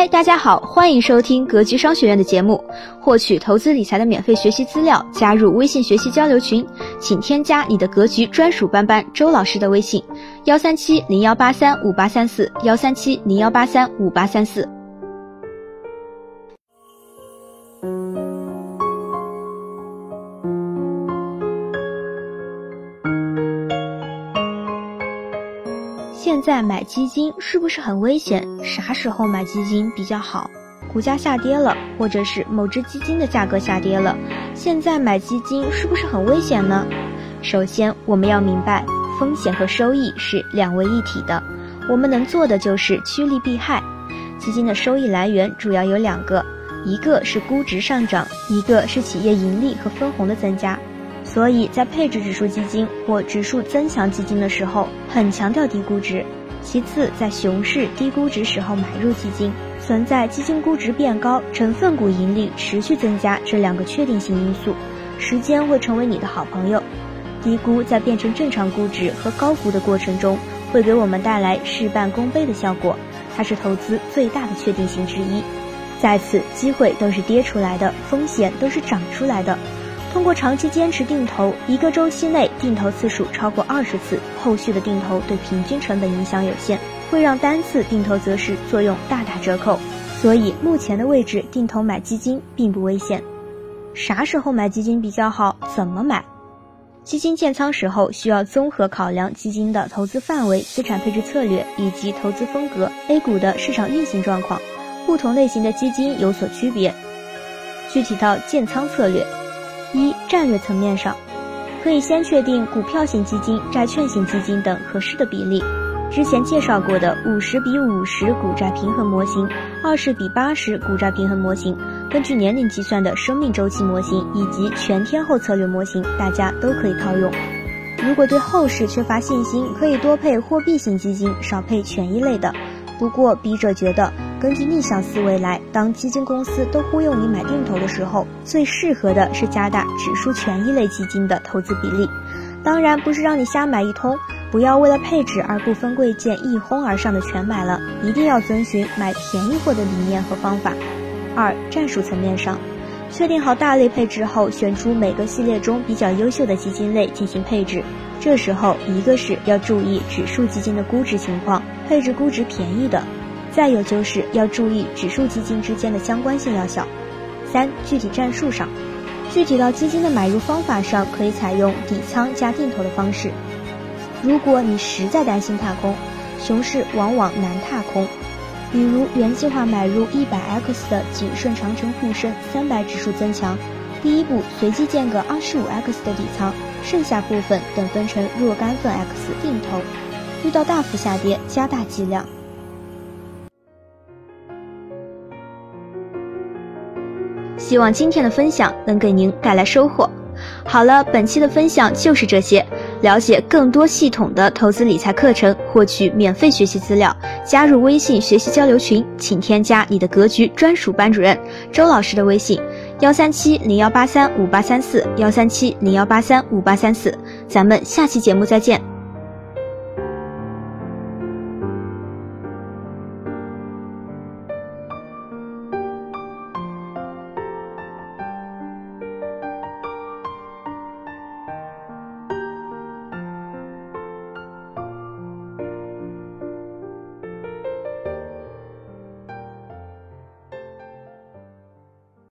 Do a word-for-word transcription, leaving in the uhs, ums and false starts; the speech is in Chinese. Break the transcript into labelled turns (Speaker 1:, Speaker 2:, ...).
Speaker 1: 嗨，大家好，欢迎收听格局商学院的节目。获取投资理财的免费学习资料，加入微信学习交流群，请添加你的格局专属班班周老师的微信：幺三七零幺八三五八三四，幺三七零幺八三五八三四。现在买基金是不是很危险？啥时候买基金比较好？股价下跌了，或者是某只基金的价格下跌了，现在买基金是不是很危险呢？首先，我们要明白，风险和收益是两为一体的，我们能做的就是趋利避害。基金的收益来源主要有两个，一个是估值上涨，一个是企业盈利和分红的增加。所以在配置指数基金或指数增强基金的时候，很强调低估值。其次，在熊市低估值时候买入基金，存在基金估值变高、成分股盈利持续增加这两个确定性因素，时间会成为你的好朋友。低估在变成正常估值和高估的过程中，会给我们带来事半功倍的效果，它是投资最大的确定性之一。再次，机会都是跌出来的，风险都是涨出来的。通过长期坚持定投，一个周期内定投次数超过二十次，后续的定投对平均成本影响有限，会让单次定投择时作用大打折扣。所以目前的位置定投买基金并不危险。啥时候买基金比较好？怎么买？基金建仓时候需要综合考量基金的投资范围、资产配置策略以及投资风格、A 股的市场运行状况，不同类型的基金有所区别。具体到建仓策略，一、战略层面上，可以先确定股票型基金、债券型基金等合适的比例。之前介绍过的五十比五十股债平衡模型、二十比八十股债平衡模型，根据年龄计算的生命周期模型以及全天候策略模型，大家都可以套用。如果对后市缺乏信心，可以多配货币型基金，少配权益类的。不过笔者觉得，根据逆向思维来，当基金公司都忽悠你买定投的时候，最适合的是加大指数权益类基金的投资比例。当然不是让你瞎买一通，不要为了配置而不分贵贱一哄而上的全买了，一定要遵循买便宜货的理念和方法。二、战术层面上，确定好大类配置后，选出每个系列中比较优秀的基金类进行配置。这时候一个是要注意指数基金的估值情况，配置估值便宜的，再有就是要注意指数基金之间的相关性要小。三、具体战术上，具体到基金的买入方法上，可以采用底仓加定投的方式。如果你实在担心踏空，熊市往往难踏空，比如原计划买入 一百 X 的景顺长城沪深三百指数增强，第一步随机建个 二十五 X 的底仓，剩下部分等分成若干份 X 定投，遇到大幅下跌加大剂量。希望今天的分享能给您带来收获。好了，本期的分享就是这些。了解更多系统的投资理财课程，获取免费学习资料，加入微信学习交流群，请添加你的格局专属班主任周老师的微信：幺三七零幺八三五八三四，幺三七零幺八三五八三四。咱们下期节目再见。